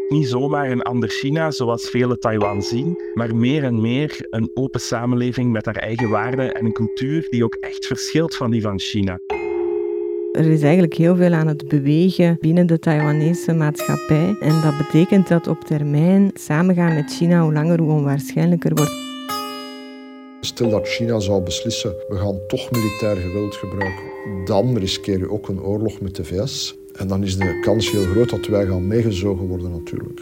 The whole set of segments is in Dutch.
Niet zomaar een ander China, zoals vele Taiwan zien, maar meer en meer een open samenleving met haar eigen waarden en een cultuur die ook echt verschilt van die van China. Er is eigenlijk heel veel aan het bewegen binnen de Taiwanese maatschappij. En dat betekent dat op termijn samengaan met China hoe langer hoe onwaarschijnlijker wordt. Stel dat China zou beslissen, we gaan toch militair geweld gebruiken. Dan riskeer je ook een oorlog met de VS. En dan is de kans heel groot dat wij gaan meegezogen worden natuurlijk.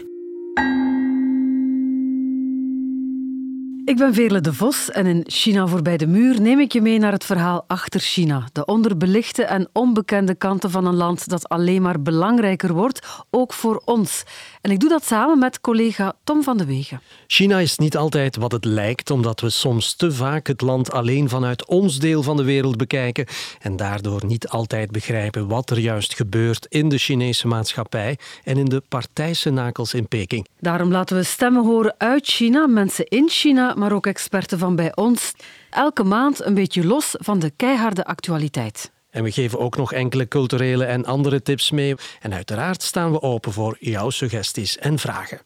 Ik ben Veerle de Vos en in China voorbij de muur neem ik je mee naar het verhaal achter China. De onderbelichte en onbekende kanten van een land dat alleen maar belangrijker wordt, ook voor ons. En ik doe dat samen met collega Tom van de Wegen. China is niet altijd wat het lijkt, omdat we soms te vaak het land alleen vanuit ons deel van de wereld bekijken en daardoor niet altijd begrijpen wat er juist gebeurt in de Chinese maatschappij en in de partijcenakels in Peking. Daarom laten we stemmen horen uit China, mensen in China, maar ook experten van bij ons. Elke maand een beetje los van de keiharde actualiteit. En we geven ook nog enkele culturele en andere tips mee. En uiteraard staan we open voor jouw suggesties en vragen.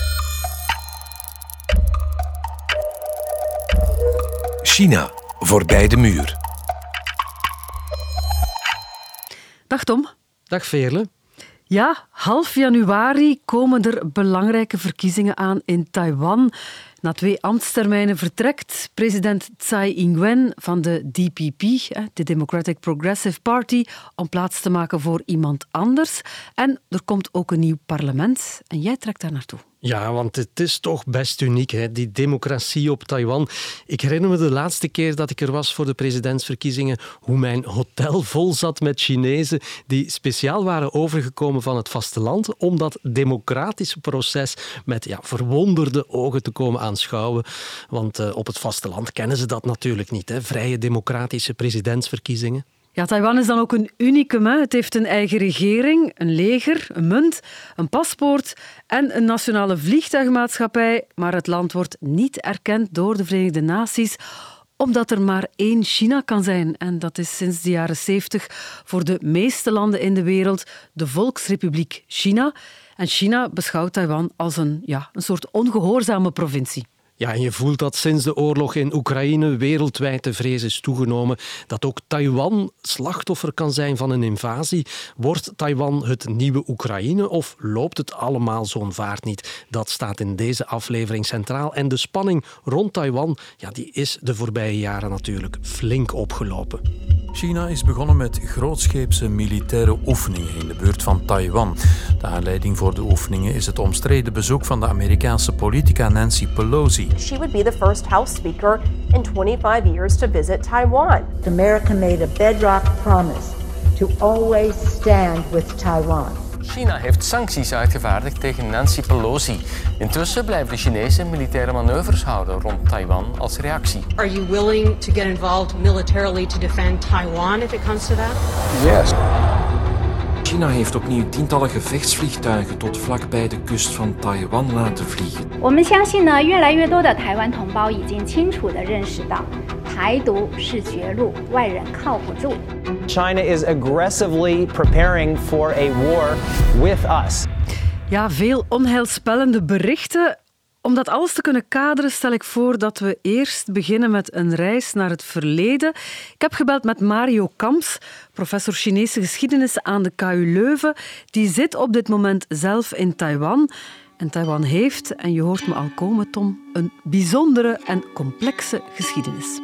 China, voorbij de muur. Dag Tom. Dag Veerle. Ja, half januari komen er belangrijke verkiezingen aan in Taiwan. Na 2 ambtstermijnen vertrekt president Tsai Ing-wen van de DPP, de Democratic Progressive Party, om plaats te maken voor iemand anders. En er komt ook een nieuw parlement en jij trekt daar naartoe. Ja, want het is toch best uniek, hè? Die democratie op Taiwan. Ik herinner me de laatste keer dat ik er was voor de presidentsverkiezingen, hoe mijn hotel vol zat met Chinezen die speciaal waren overgekomen van het vasteland om dat democratische proces met verwonderde ogen te komen aanschouwen. Want op het vasteland kennen ze dat natuurlijk niet, hè? Vrije democratische presidentsverkiezingen. Ja, Taiwan is dan ook een unicum. Hè. Het heeft een eigen regering, een leger, een munt, een paspoort en een nationale vliegtuigmaatschappij. Maar het land wordt niet erkend door de Verenigde Naties, omdat er maar 1 China kan zijn. En dat is sinds de jaren 70 voor de meeste landen in de wereld de Volksrepubliek China. En China beschouwt Taiwan als een soort ongehoorzame provincie. Ja, en je voelt dat sinds de oorlog in Oekraïne wereldwijd de vrees is toegenomen dat ook Taiwan slachtoffer kan zijn van een invasie. Wordt Taiwan het nieuwe Oekraïne of loopt het allemaal zo'n vaart niet? Dat staat in deze aflevering centraal. En de spanning rond Taiwan, die is de voorbije jaren natuurlijk flink opgelopen. China is begonnen met grootscheepse militaire oefeningen in de buurt van Taiwan. De aanleiding voor de oefeningen is het omstreden bezoek van de Amerikaanse politica Nancy Pelosi. She would be the first House Speaker in 25 years to visit Taiwan. America made a bedrock promise to always stand with Taiwan. China heeft sancties uitgevaardigd tegen Nancy Pelosi. Intussen blijven de Chinezen militaire manoeuvres houden rond Taiwan als reactie. Are you willing to get involved militarily to defend Taiwan if it comes to that? Yes. China heeft opnieuw tientallen gevechtsvliegtuigen tot vlakbij de kust van Taiwan laten vliegen. 我们相信呢，越来越多的台湾同胞已经清楚地认识到，台独是绝路，外人靠不住。 China is aggressively preparing for a war with us. Ja, veel onheilspellende berichten. Om dat alles te kunnen kaderen stel ik voor dat we eerst beginnen met een reis naar het verleden. Ik heb gebeld met Mario Kamps, professor Chinese geschiedenis aan de KU Leuven. Die zit op dit moment zelf in Taiwan. En Taiwan heeft, en je hoort me al komen, Tom, een bijzondere en complexe geschiedenis.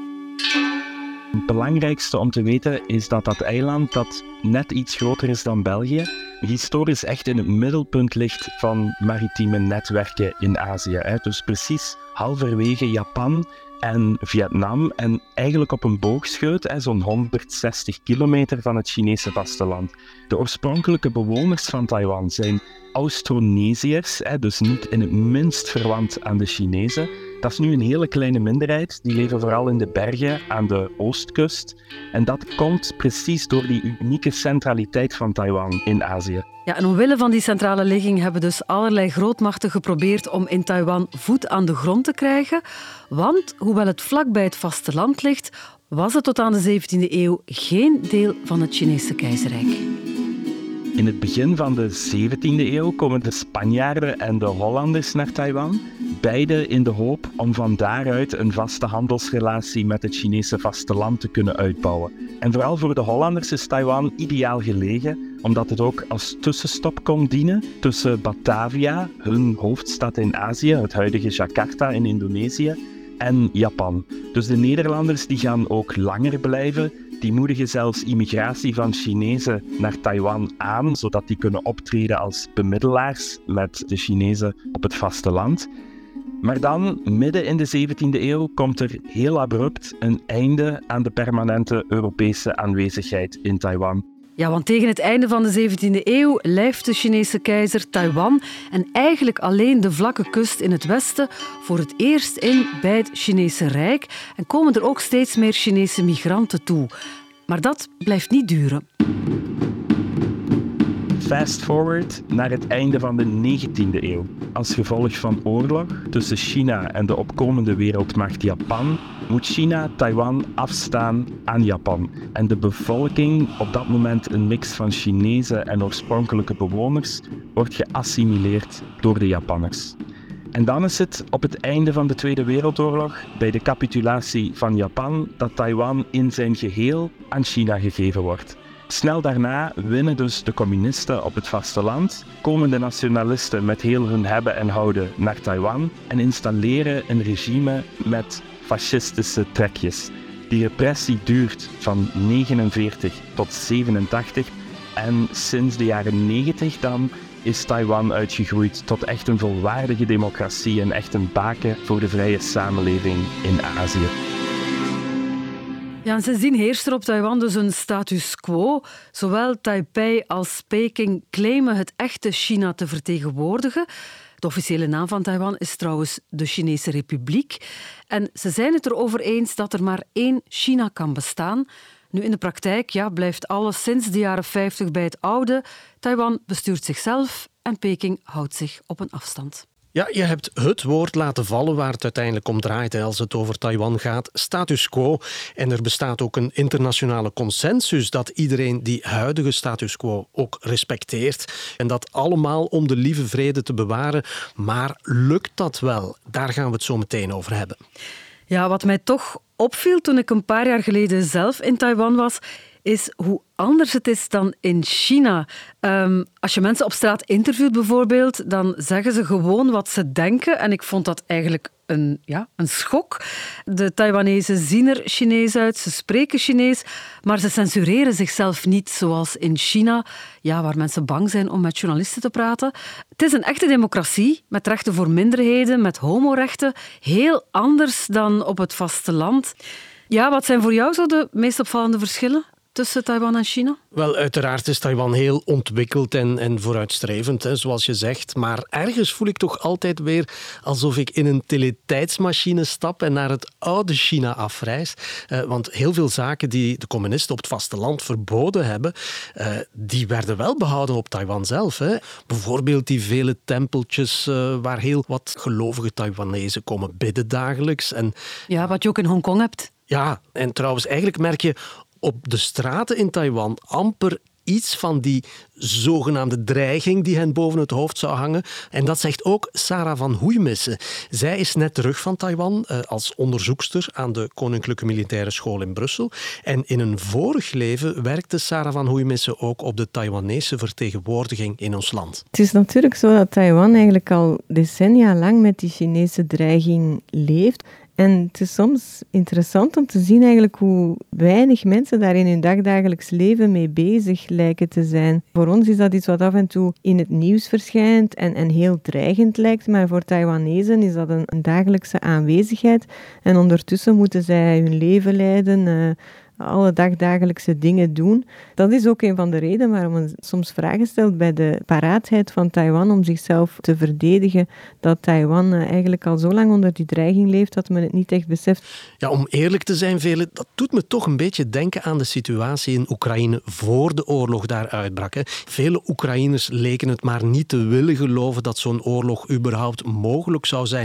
Het belangrijkste om te weten is dat dat eiland, dat net iets groter is dan België, historisch echt in het middelpunt ligt van maritieme netwerken in Azië. Dus precies halverwege Japan en Vietnam en eigenlijk op een boogscheut, zo'n 160 kilometer van het Chinese vasteland. De oorspronkelijke bewoners van Taiwan zijn Austronesiërs, dus niet in het minst verwant aan de Chinezen. Dat is nu een hele kleine minderheid, die leven vooral in de bergen aan de oostkust. En dat komt precies door die unieke centraliteit van Taiwan in Azië. Ja, en omwille van die centrale ligging hebben dus allerlei grootmachten geprobeerd om in Taiwan voet aan de grond te krijgen. Want, hoewel het vlakbij het vasteland ligt, was het tot aan de 17e eeuw geen deel van het Chinese keizerrijk. In het begin van de 17e eeuw komen de Spanjaarden en de Hollanders naar Taiwan, beide in de hoop om van daaruit een vaste handelsrelatie met het Chinese vasteland te kunnen uitbouwen. En vooral voor de Hollanders is Taiwan ideaal gelegen, omdat het ook als tussenstop kon dienen tussen Batavia, hun hoofdstad in Azië, het huidige Jakarta in Indonesië, en Japan. Dus de Nederlanders die gaan ook langer blijven. Die moedigen zelfs immigratie van Chinezen naar Taiwan aan, zodat die kunnen optreden als bemiddelaars met de Chinezen op het vasteland. Maar dan, midden in de 17e eeuw, komt er heel abrupt een einde aan de permanente Europese aanwezigheid in Taiwan. Ja, want tegen het einde van de 17e eeuw lijft de Chinese keizer Taiwan en eigenlijk alleen de vlakke kust in het westen voor het eerst in bij het Chinese Rijk en komen er ook steeds meer Chinese migranten toe. Maar dat blijft niet duren. Fast forward naar het einde van de 19e eeuw. Als gevolg van oorlog tussen China en de opkomende wereldmacht Japan moet China Taiwan afstaan aan Japan. En de bevolking, op dat moment een mix van Chinezen en oorspronkelijke bewoners, wordt geassimileerd door de Japanners. En dan is het op het einde van de Tweede Wereldoorlog, bij de capitulatie van Japan, dat Taiwan in zijn geheel aan China gegeven wordt. Snel daarna winnen dus de communisten op het vasteland, komen de nationalisten met heel hun hebben en houden naar Taiwan en installeren een regime met fascistische trekjes. Die repressie duurt van 49 tot 87 en sinds de jaren 90 dan is Taiwan uitgegroeid tot echt een volwaardige democratie en echt een baken voor de vrije samenleving in Azië. Ja, en sindsdien heerst er op Taiwan dus een status quo. Zowel Taipei als Peking claimen het echte China te vertegenwoordigen. De officiële naam van Taiwan is trouwens de Chinese Republiek. En ze zijn het erover eens dat er maar één China kan bestaan. Nu, in de praktijk blijft alles sinds de jaren 50 bij het oude. Taiwan bestuurt zichzelf en Peking houdt zich op een afstand. Ja, je hebt het woord laten vallen waar het uiteindelijk om draait als het over Taiwan gaat. Status quo. En er bestaat ook een internationale consensus dat iedereen die huidige status quo ook respecteert. En dat allemaal om de lieve vrede te bewaren. Maar lukt dat wel? Daar gaan we het zo meteen over hebben. Ja, wat mij toch opviel toen ik een paar jaar geleden zelf in Taiwan was, is hoe anders het is dan in China. Als je mensen op straat interviewt bijvoorbeeld, dan zeggen ze gewoon wat ze denken. En ik vond dat eigenlijk een schok. De Taiwanezen zien er Chinees uit, ze spreken Chinees, maar ze censureren zichzelf niet zoals in China, waar mensen bang zijn om met journalisten te praten. Het is een echte democratie, met rechten voor minderheden, met homorechten. Heel anders dan op het vasteland. Ja, wat zijn voor jou zo de meest opvallende verschillen tussen Taiwan en China? Wel, uiteraard is Taiwan heel ontwikkeld en vooruitstrevend, zoals je zegt. Maar ergens voel ik toch altijd weer alsof ik in een teletijdsmachine stap en naar het oude China afreis. Want heel veel zaken die de communisten op het vasteland verboden hebben, die werden wel behouden op Taiwan zelf. Hè. Bijvoorbeeld die vele tempeltjes waar heel wat gelovige Taiwanezen komen bidden dagelijks. Ja, wat je ook in Hongkong hebt. Ja, en trouwens, eigenlijk merk je op de straten in Taiwan amper iets van die zogenaamde dreiging die hen boven het hoofd zou hangen. En dat zegt ook Sarah van Hoeimissen. Zij is net terug van Taiwan als onderzoekster aan de Koninklijke Militaire School in Brussel. En in een vorig leven werkte Sarah van Hoeimissen ook op de Taiwanese vertegenwoordiging in ons land. Het is natuurlijk zo dat Taiwan eigenlijk al decennia lang met die Chinese dreiging leeft. En het is soms interessant om te zien eigenlijk hoe weinig mensen daar in hun dagdagelijks leven mee bezig lijken te zijn. Voor ons is dat iets wat af en toe in het nieuws verschijnt en heel dreigend lijkt, maar voor Taiwanezen is dat een dagelijkse aanwezigheid. En ondertussen moeten zij hun leven leiden, alle dagdagelijkse dingen doen. Dat is ook een van de redenen waarom men soms vragen stelt bij de paraatheid van Taiwan om zichzelf te verdedigen, dat Taiwan eigenlijk al zo lang onder die dreiging leeft dat men het niet echt beseft. Ja, om eerlijk te zijn, Vele, dat doet me toch een beetje denken aan de situatie in Oekraïne voor de oorlog daar uitbrak. Hè. Vele Oekraïners leken het maar niet te willen geloven dat zo'n oorlog überhaupt mogelijk zou zijn.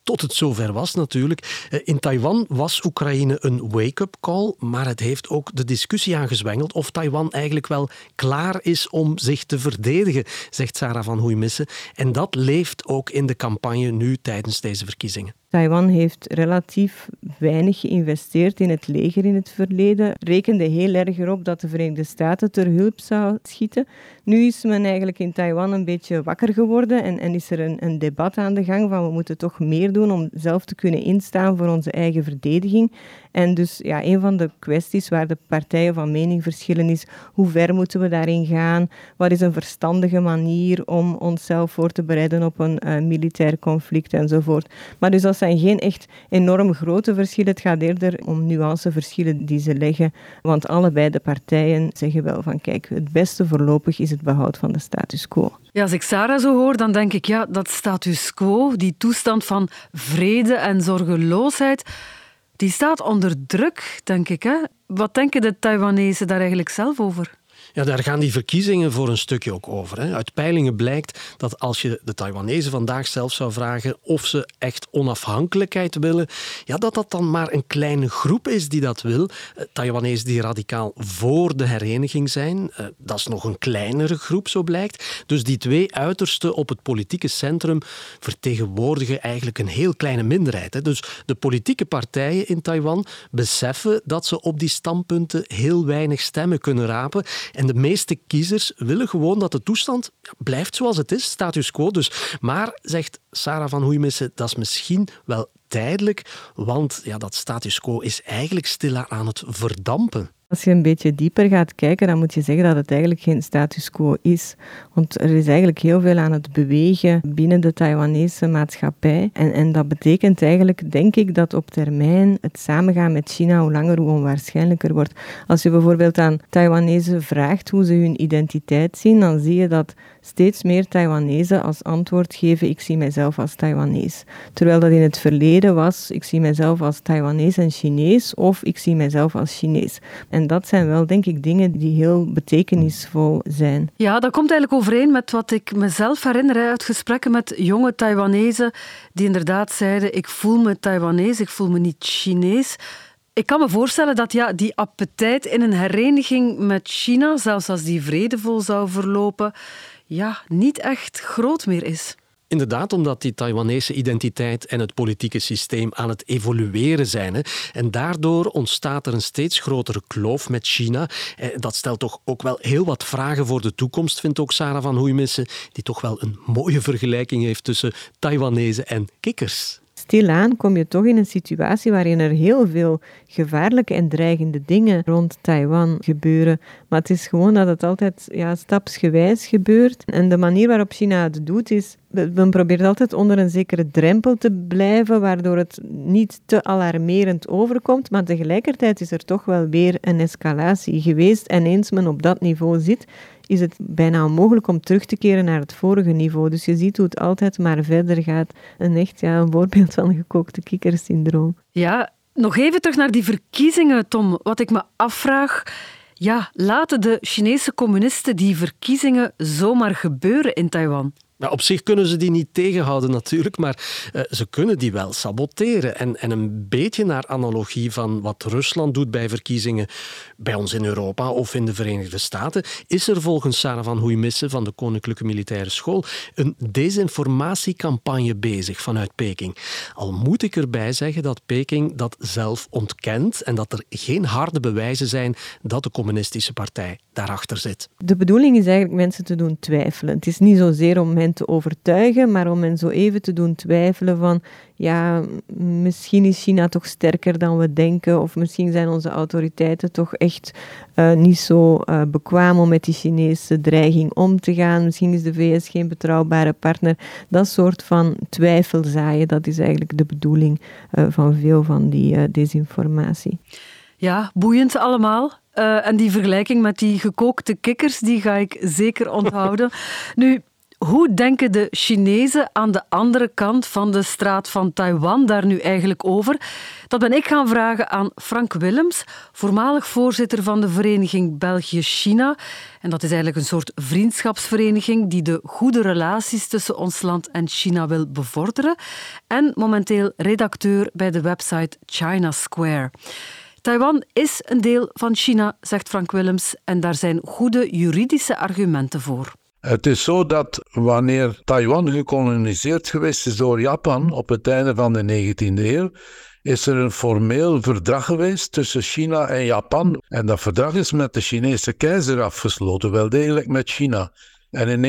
tot het zover was natuurlijk. In Taiwan was Oekraïne een wake-up call, maar het heeft ook de discussie aangezwengeld of Taiwan eigenlijk wel klaar is om zich te verdedigen, zegt Sarah van Hoeimissen. En dat leeft ook in de campagne nu tijdens deze verkiezingen. Taiwan heeft relatief weinig geïnvesteerd in het leger in het verleden. Rekende heel erg erop dat de Verenigde Staten ter hulp zou schieten. Nu is men eigenlijk in Taiwan een beetje wakker geworden en is er een debat aan de gang van we moeten toch meer doen om zelf te kunnen instaan voor onze eigen verdediging. En dus een van de kwesties waar de partijen van mening verschillen is hoe ver moeten we daarin gaan? Wat is een verstandige manier om onszelf voor te bereiden op een militair conflict enzovoort. Maar dus dat zijn geen echt enorm grote verschillen. Het gaat eerder om nuanceverschillen die ze leggen. Want allebei de partijen zeggen wel van kijk, het beste voorlopig is het behoud van de status quo. Ja, als ik Sarah zo hoor, dan denk ik dat status quo, die toestand van vrede en zorgeloosheid, die staat onder druk, denk ik. Hè? Wat denken de Taiwanese daar eigenlijk zelf over? Ja, daar gaan die verkiezingen voor een stukje ook over. Hè. Uit peilingen blijkt dat als je de Taiwanese vandaag zelf zou vragen of ze echt onafhankelijkheid willen, dat dan maar een kleine groep is die dat wil. Taiwanese die radicaal voor de hereniging zijn, dat is nog een kleinere groep, zo blijkt. Dus die twee uitersten op het politieke centrum vertegenwoordigen eigenlijk een heel kleine minderheid. Hè. Dus de politieke partijen in Taiwan beseffen dat ze op die standpunten heel weinig stemmen kunnen rapen. En de meeste kiezers willen gewoon dat de toestand blijft zoals het is, status quo dus. Maar, zegt Sarah van Hoeimissen, dat is misschien wel tijdelijk, want dat status quo is eigenlijk stilaan aan het verdampen. Als je een beetje dieper gaat kijken, dan moet je zeggen dat het eigenlijk geen status quo is. Want er is eigenlijk heel veel aan het bewegen binnen de Taiwanese maatschappij. En dat betekent eigenlijk, denk ik, dat op termijn het samengaan met China hoe langer hoe onwaarschijnlijker wordt. Als je bijvoorbeeld aan Taiwanese vraagt hoe ze hun identiteit zien, dan zie je dat steeds meer Taiwanese als antwoord geven ik zie mijzelf als Taiwanees. Terwijl dat in het verleden was ik zie mijzelf als Taiwanees en Chinees of ik zie mijzelf als Chinees. En dat zijn wel, denk ik, dingen die heel betekenisvol zijn. Ja, dat komt eigenlijk overeen met wat ik mezelf herinner uit gesprekken met jonge Taiwanezen die inderdaad zeiden ik voel me Taiwanees, ik voel me niet Chinees. Ik kan me voorstellen dat die appetijt in een hereniging met China, zelfs als die vredevol zou verlopen, niet echt groot meer is. Inderdaad, omdat die Taiwanese identiteit en het politieke systeem aan het evolueren zijn. Hè. En daardoor ontstaat er een steeds grotere kloof met China. Dat stelt toch ook wel heel wat vragen voor de toekomst, vindt ook Sarah van Hoeimissen, die toch wel een mooie vergelijking heeft tussen Taiwanese en kikkers. Stilaan kom je toch in een situatie waarin er heel veel gevaarlijke en dreigende dingen rond Taiwan gebeuren. Maar het is gewoon dat het altijd stapsgewijs gebeurt. En de manier waarop China het doet is, men probeert altijd onder een zekere drempel te blijven, waardoor het niet te alarmerend overkomt. Maar tegelijkertijd is er toch wel weer een escalatie geweest. En eens men op dat niveau zit, is het bijna onmogelijk om terug te keren naar het vorige niveau. Dus je ziet hoe het altijd maar verder gaat. En echt een voorbeeld van gekookte kikkersyndroom. Ja, nog even terug naar die verkiezingen, Tom. Wat ik me afvraag, laten de Chinese communisten die verkiezingen zomaar gebeuren in Taiwan? Op zich kunnen ze die niet tegenhouden natuurlijk, maar ze kunnen die wel saboteren. En een beetje naar analogie van wat Rusland doet bij verkiezingen bij ons in Europa of in de Verenigde Staten, is er volgens Sarah van Hoeimissen van de Koninklijke Militaire School een desinformatiecampagne bezig vanuit Peking. Al moet ik erbij zeggen dat Peking dat zelf ontkent en dat er geen harde bewijzen zijn dat de communistische partij daarachter zit. De bedoeling is eigenlijk mensen te doen twijfelen. Het is niet zozeer om hen te overtuigen, maar om hen zo even te doen twijfelen van misschien is China toch sterker dan we denken of misschien zijn onze autoriteiten toch echt niet zo bekwaam om met die Chinese dreiging om te gaan. Misschien is de VS geen betrouwbare partner. Dat soort van twijfel zaaien, dat is eigenlijk de bedoeling van veel van die desinformatie. Ja, boeiend allemaal. En die vergelijking met die gekookte kikkers, die ga ik zeker onthouden. Nu, hoe denken de Chinezen aan de andere kant van de straat van Taiwan daar nu eigenlijk over? Dat ben ik gaan vragen aan Frank Willems, voormalig voorzitter van de vereniging België-China. En dat is eigenlijk een soort vriendschapsvereniging die de goede relaties tussen ons land en China wil bevorderen. En momenteel redacteur bij de website China Square. Taiwan is een deel van China, zegt Frank Willems, en daar zijn goede juridische argumenten voor. Het is zo dat wanneer Taiwan gekoloniseerd geweest is door Japan op het einde van de 19e eeuw, is er een formeel verdrag geweest tussen China en Japan. En dat verdrag is met de Chinese keizer afgesloten, wel degelijk met China. En in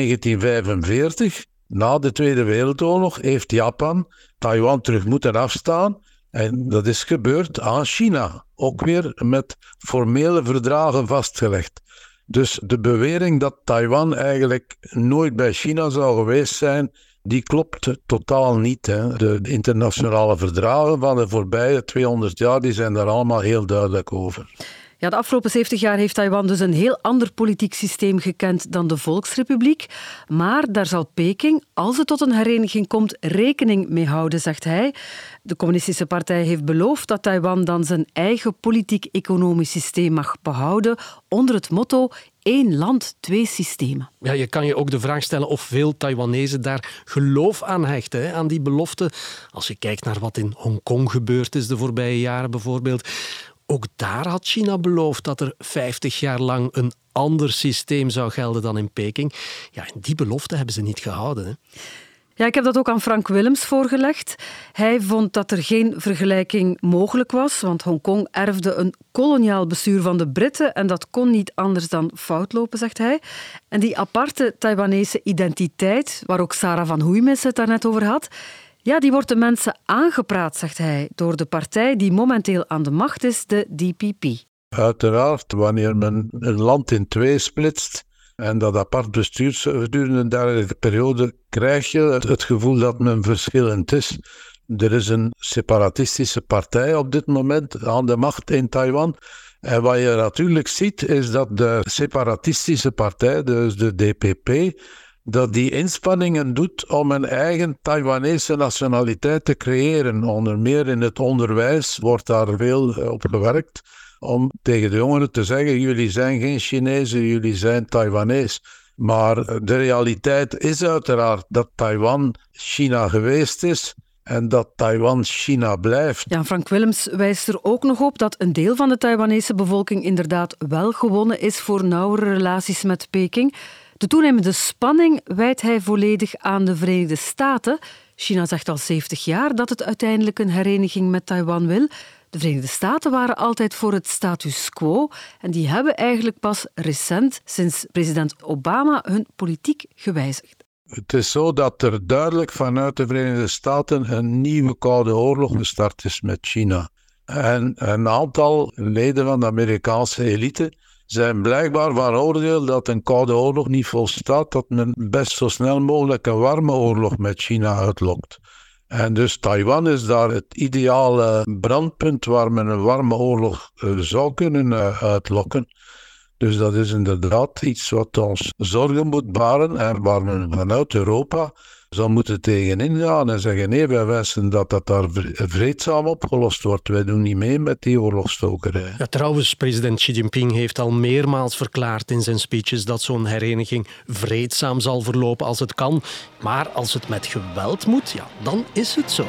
1945, na de Tweede Wereldoorlog, heeft Japan Taiwan terug moeten afstaan. En dat is gebeurd aan China, ook weer met formele verdragen vastgelegd. Dus de bewering dat Taiwan eigenlijk nooit bij China zou geweest zijn, die klopt totaal niet. Hè. De internationale verdragen van de voorbije 200 jaar die zijn daar allemaal heel duidelijk over. Ja, de afgelopen 70 jaar heeft Taiwan dus een heel ander politiek systeem gekend dan de Volksrepubliek. Maar daar zal Peking, als het tot een hereniging komt, rekening mee houden, zegt hij. De Communistische Partij heeft beloofd dat Taiwan dan zijn eigen politiek-economisch systeem mag behouden onder het motto 1 land, 2 systemen. Ja, je kan je ook de vraag stellen of veel Taiwanezen daar geloof aan hechten, hè, aan die belofte. Als je kijkt naar wat in Hongkong gebeurd is de voorbije jaren bijvoorbeeld. Ook daar had China beloofd dat er 50 jaar lang een ander systeem zou gelden dan in Peking. Ja, en die belofte hebben ze niet gehouden, hè. Ja, ik heb dat ook aan Frank Willems voorgelegd. Hij vond dat er geen vergelijking mogelijk was, want Hongkong erfde een koloniaal bestuur van de Britten en dat kon niet anders dan fout lopen, zegt hij. En die aparte Taiwanese identiteit, waar ook Sarah van Hoeymis het daarnet over had, ja, die wordt de mensen aangepraat, zegt hij, door de partij die momenteel aan de macht is, de DPP. Uiteraard, wanneer men een land in 2 splitst en dat apart bestuurt gedurende een dergelijke periode, krijg je het gevoel dat men verschillend is. Er is een separatistische partij op dit moment aan de macht in Taiwan. En wat je natuurlijk ziet, is dat de separatistische partij, dus de DPP, dat die inspanningen doet om een eigen Taiwanese nationaliteit te creëren. Onder meer in het onderwijs wordt daar veel op gewerkt om tegen de jongeren te zeggen, jullie zijn geen Chinezen, jullie zijn Taiwanees. Maar de realiteit is uiteraard dat Taiwan China geweest is en dat Taiwan China blijft. Ja, Frank Willems wijst er ook nog op dat een deel van de Taiwanese bevolking inderdaad wel gewonnen is voor nauwere relaties met Peking. De toenemende spanning wijt hij volledig aan de Verenigde Staten. China zegt al 70 jaar dat het uiteindelijk een hereniging met Taiwan wil. De Verenigde Staten waren altijd voor het status quo en die hebben eigenlijk pas recent, sinds president Obama, hun politiek gewijzigd. Het is zo dat er duidelijk vanuit de Verenigde Staten een nieuwe Koude Oorlog gestart is met China. En een aantal leden van de Amerikaanse elite zijn blijkbaar van oordeel dat een Koude Oorlog niet volstaat, dat men best zo snel mogelijk een warme oorlog met China uitlokt. En dus Taiwan is daar het ideale brandpunt waar men een warme oorlog zou kunnen uitlokken. Dus dat is inderdaad iets wat ons zorgen moet baren en waar men vanuit Europa zou moeten tegenin gaan en zeggen nee, wij wensen dat dat daar vreedzaam opgelost wordt. Wij doen niet mee met die oorlogsstokerij. Ja, trouwens, president Xi Jinping heeft al meermaals verklaard in zijn speeches dat zo'n hereniging vreedzaam zal verlopen als het kan. Maar als het met geweld moet, ja, dan is het zo.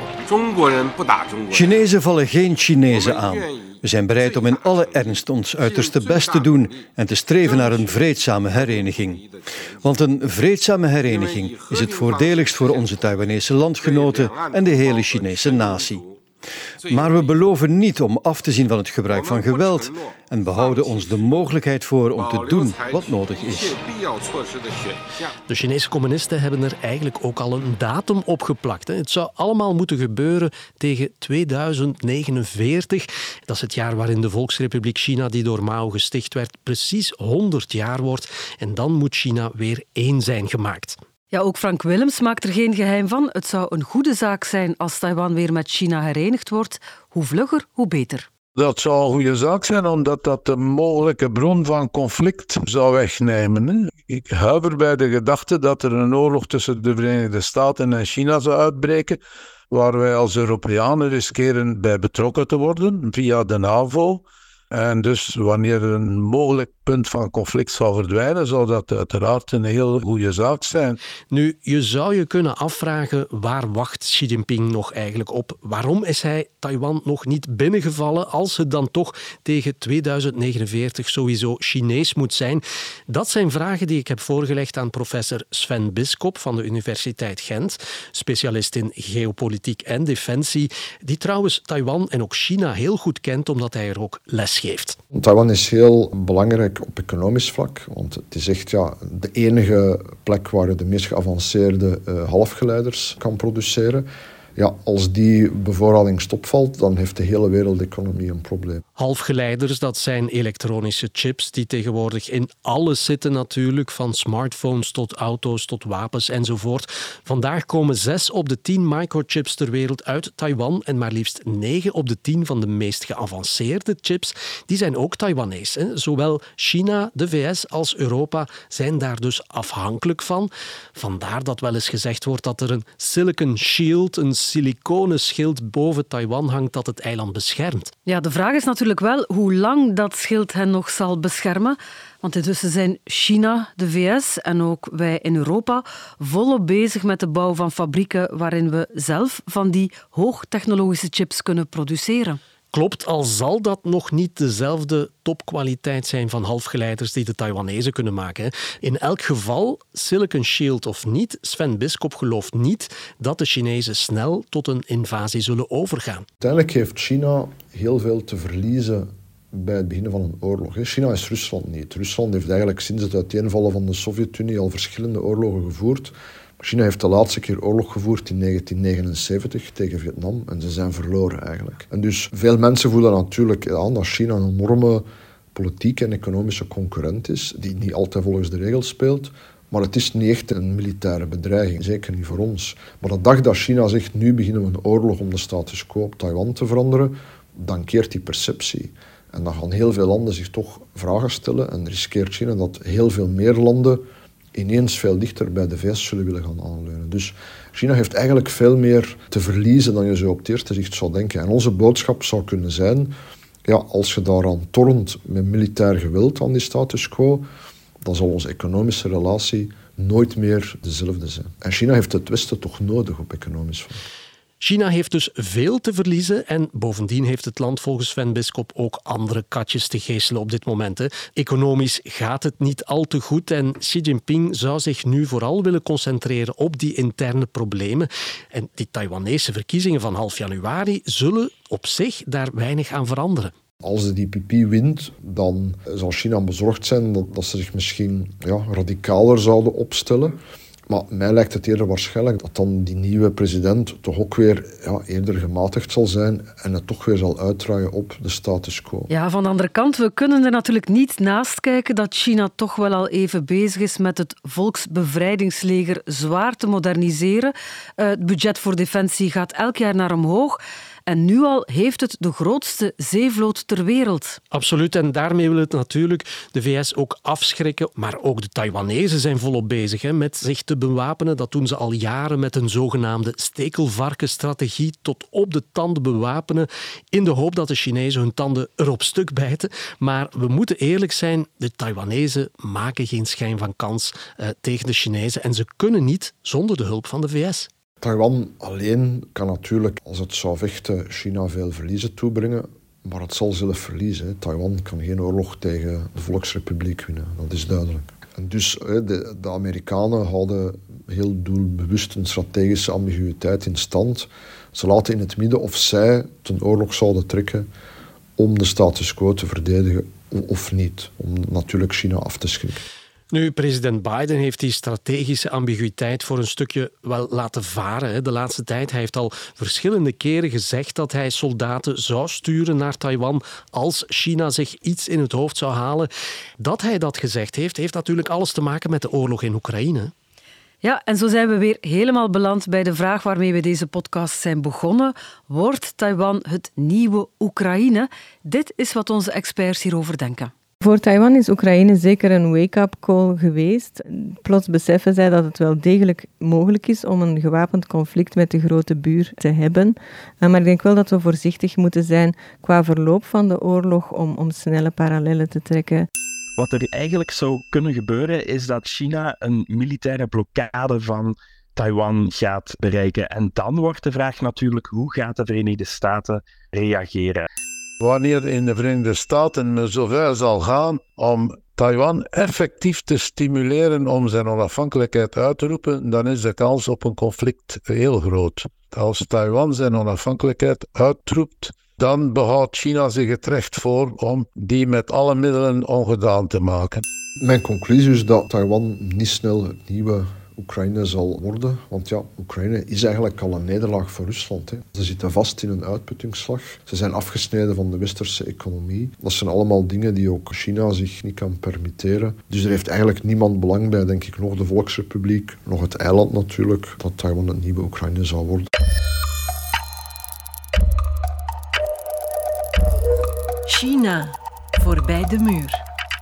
Chinezen vallen geen Chinezen aan. We zijn bereid om in alle ernst ons uiterste best te doen en te streven naar een vreedzame hereniging. Want een vreedzame hereniging is het voordeligst voor onze Taiwanese landgenoten en de hele Chinese natie. Maar we beloven niet om af te zien van het gebruik van geweld en behouden ons de mogelijkheid voor om te doen wat nodig is. De Chinese communisten hebben er eigenlijk ook al een datum op geplakt. Het zou allemaal moeten gebeuren tegen 2049. Dat is het jaar waarin de Volksrepubliek China, die door Mao gesticht werd, precies 100 jaar wordt. En dan moet China weer één zijn gemaakt. Ja, ook Frank Willems maakt er geen geheim van. Het zou een goede zaak zijn als Taiwan weer met China herenigd wordt. Hoe vlugger, hoe beter. Dat zou een goede zaak zijn, omdat dat de mogelijke bron van conflict zou wegnemen. Hè. Ik huiver bij de gedachte dat er een oorlog tussen de Verenigde Staten en China zou uitbreken, waar wij als Europeanen riskeren bij betrokken te worden via de NAVO. En dus wanneer een mogelijk punt van conflict zou verdwijnen, zou dat uiteraard een heel goede zaak zijn. Nu, je zou je kunnen afvragen, waar wacht Xi Jinping nog eigenlijk op? Waarom is hij Taiwan nog niet binnengevallen als het dan toch tegen 2049 sowieso Chinees moet zijn? Dat zijn vragen die ik heb voorgelegd aan professor Sven Bisschop van de Universiteit Gent, specialist in geopolitiek en defensie, die trouwens Taiwan en ook China heel goed kent, omdat hij er ook les geeft. Taiwan is heel belangrijk op economisch vlak, want het is echt de enige plek waar je de meest geavanceerde halfgeleiders kan produceren. Ja, als die bevoorrading stopvalt, dan heeft de hele wereldeconomie een probleem. Halfgeleiders, dat zijn elektronische chips die tegenwoordig in alles zitten natuurlijk, van smartphones tot auto's tot wapens enzovoort. Vandaag komen 6 op de 10 microchips ter wereld uit Taiwan en maar liefst 9 op de 10 van de meest geavanceerde chips, die zijn ook Taiwanese. Hè. Zowel China, de VS als Europa zijn daar dus afhankelijk van. Vandaar dat wel eens gezegd wordt dat er een silicon shield, een siliconen schild boven Taiwan hangt dat het eiland beschermt. Ja, de vraag is natuurlijk wel hoe lang dat schild hen nog zal beschermen. Want intussen zijn China, de VS en ook wij in Europa volop bezig met de bouw van fabrieken waarin we zelf van die hoogtechnologische chips kunnen produceren. Klopt, al zal dat nog niet dezelfde topkwaliteit zijn van halfgeleiders die de Taiwanese kunnen maken. In elk geval, silicon shield of niet, Sven Bisschop gelooft niet dat de Chinezen snel tot een invasie zullen overgaan. Uiteindelijk heeft China heel veel te verliezen bij het beginnen van een oorlog. China is Rusland niet. Rusland heeft eigenlijk sinds het uiteenvallen van de Sovjet-Unie al verschillende oorlogen gevoerd. China heeft de laatste keer oorlog gevoerd in 1979 tegen Vietnam en ze zijn verloren eigenlijk. En dus veel mensen voelen natuurlijk aan dat China een enorme politieke en economische concurrent is, die niet altijd volgens de regels speelt. Maar het is niet echt een militaire bedreiging, zeker niet voor ons. Maar de dag dat China zegt, nu beginnen we een oorlog om de status quo op Taiwan te veranderen, dan keert die perceptie. En dan gaan heel veel landen zich toch vragen stellen en riskeert China dat heel veel meer landen ineens veel dichter bij de VS zullen willen gaan aanleunen. Dus China heeft eigenlijk veel meer te verliezen dan je zo op het eerste zicht zou denken. En onze boodschap zou kunnen zijn, als je daaraan tornt met militair geweld aan die status quo, dan zal onze economische relatie nooit meer dezelfde zijn. En China heeft het Westen toch nodig op economisch vlak. China heeft dus veel te verliezen en bovendien heeft het land volgens Sven Bisschop ook andere katjes te geeselen op dit moment. Hè. Economisch gaat het niet al te goed en Xi Jinping zou zich nu vooral willen concentreren op die interne problemen. En die Taiwanese verkiezingen van half januari zullen op zich daar weinig aan veranderen. Als de DPP wint, dan zal China bezorgd zijn dat ze zich misschien radicaler zouden opstellen. Maar mij lijkt het eerder waarschijnlijk dat dan die nieuwe president toch ook weer eerder gematigd zal zijn en het toch weer zal uitdraaien op de status quo. Ja, van de andere kant, we kunnen er natuurlijk niet naast kijken dat China toch wel al even bezig is met het volksbevrijdingsleger zwaar te moderniseren. Het budget voor defensie gaat elk jaar naar omhoog. En nu al heeft het de grootste zeevloot ter wereld. Absoluut, en daarmee wil het natuurlijk de VS ook afschrikken. Maar ook de Taiwanese zijn volop bezig met zich te bewapenen. Dat doen ze al jaren met een zogenaamde stekelvarkenstrategie, tot op de tanden bewapenen, in de hoop dat de Chinezen hun tanden erop stuk bijten. Maar we moeten eerlijk zijn, de Taiwanese maken geen schijn van kans tegen de Chinezen. En ze kunnen niet zonder de hulp van de VS. Taiwan alleen kan natuurlijk, als het zou vechten, China veel verliezen toebrengen. Maar het zal zelf verliezen. Taiwan kan geen oorlog tegen de Volksrepubliek winnen. Dat is duidelijk. En dus de Amerikanen houden heel doelbewust een strategische ambiguïteit in stand. Ze laten in het midden of zij ten oorlog zouden trekken om de status quo te verdedigen of niet. Om natuurlijk China af te schrikken. Nu, president Biden heeft die strategische ambiguïteit voor een stukje wel laten varen de laatste tijd. Hij heeft al verschillende keren gezegd dat hij soldaten zou sturen naar Taiwan als China zich iets in het hoofd zou halen. Dat hij dat gezegd heeft, heeft natuurlijk alles te maken met de oorlog in Oekraïne. Ja, en zo zijn we weer helemaal beland bij de vraag waarmee we deze podcast zijn begonnen. Wordt Taiwan het nieuwe Oekraïne? Dit is wat onze experts hierover denken. Voor Taiwan is Oekraïne zeker een wake-up call geweest. Plots beseffen zij dat het wel degelijk mogelijk is om een gewapend conflict met de grote buur te hebben. Maar ik denk wel dat we voorzichtig moeten zijn qua verloop van de oorlog om snelle parallellen te trekken. Wat er eigenlijk zou kunnen gebeuren is dat China een militaire blokkade van Taiwan gaat bereiken. En dan wordt de vraag natuurlijk, hoe gaat de Verenigde Staten reageren? Wanneer in de Verenigde Staten men zover zal gaan om Taiwan effectief te stimuleren om zijn onafhankelijkheid uit te roepen, dan is de kans op een conflict heel groot. Als Taiwan zijn onafhankelijkheid uitroept, dan behoudt China zich het recht voor om die met alle middelen ongedaan te maken. Mijn conclusie is dat Taiwan niet snel het nieuwe Oekraïne zal worden. Want ja, Oekraïne is eigenlijk al een nederlaag voor Rusland. Hè. Ze zitten vast in een uitputtingsslag. Ze zijn afgesneden van de westerse economie. Dat zijn allemaal dingen die ook China zich niet kan permitteren. Dus er heeft eigenlijk niemand belang bij, denk ik, nog de Volksrepubliek, nog het eiland natuurlijk, dat Taiwan het nieuwe Oekraïne zal worden. China, voorbij de muur.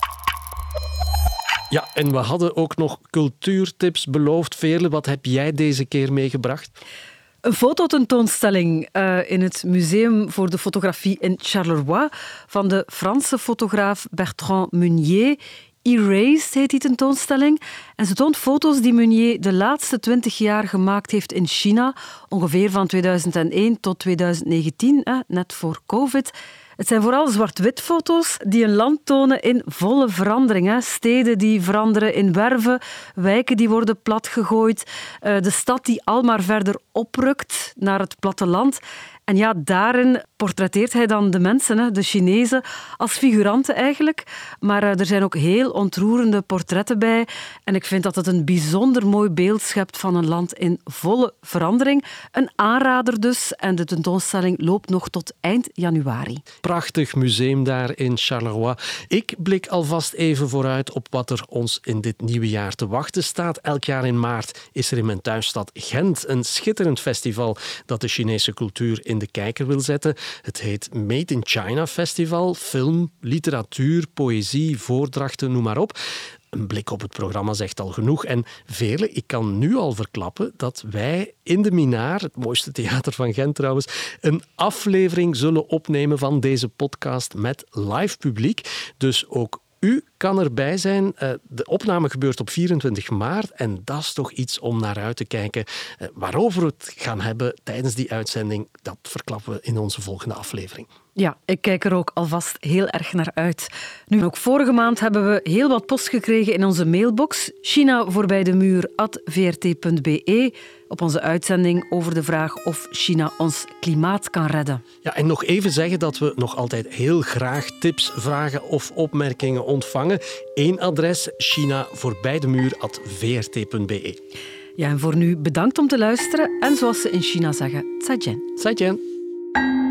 Ja, en we hadden ook nog cultuurtips beloofd. Veerle, wat heb jij deze keer meegebracht? Een fototentoonstelling in het Museum voor de Fotografie in Charleroi van de Franse fotograaf Bertrand Meunier. Erased heet die tentoonstelling. En ze toont foto's die Meunier de laatste 20 jaar gemaakt heeft in China. Ongeveer van 2001 tot 2019, net voor COVID. Het zijn vooral zwart-wit foto's die een land tonen in volle verandering. Steden die veranderen in werven, wijken die worden platgegooid, de stad die al maar verder oprukt naar het platteland. En ja, daarin portretteert hij dan de mensen, de Chinezen, als figuranten eigenlijk. Maar er zijn ook heel ontroerende portretten bij. En ik vind dat het een bijzonder mooi beeld schept van een land in volle verandering. Een aanrader dus. En de tentoonstelling loopt nog tot eind januari. Prachtig museum daar in Charleroi. Ik blik alvast even vooruit op wat er ons in dit nieuwe jaar te wachten staat. Elk jaar in maart is er in mijn thuisstad Gent een schitterend festival dat de Chinese cultuur in de kijker wil zetten. Het heet Made in China Festival. Film, literatuur, poëzie, voordrachten, noem maar op. Een blik op het programma zegt al genoeg. En Veerle, ik kan nu al verklappen dat wij in de Minaar, het mooiste theater van Gent trouwens, een aflevering zullen opnemen van deze podcast met live publiek. Dus ook u kan erbij zijn. De opname gebeurt op 24 maart en dat is toch iets om naar uit te kijken. Waarover we het gaan hebben tijdens die uitzending, dat verklappen we in onze volgende aflevering. Ja, ik kijk er ook alvast heel erg naar uit. Nu, ook vorige maand hebben we heel wat post gekregen in onze mailbox chinavoorbijddemuur@vrt.be op onze uitzending over de vraag of China ons klimaat kan redden. Ja, en nog even zeggen dat we nog altijd heel graag tips, vragen of opmerkingen ontvangen. Eén adres, chinavoorbijddemuur@vrt.be. Ja, en voor nu bedankt om te luisteren en zoals ze in China zeggen, 再见. 再见.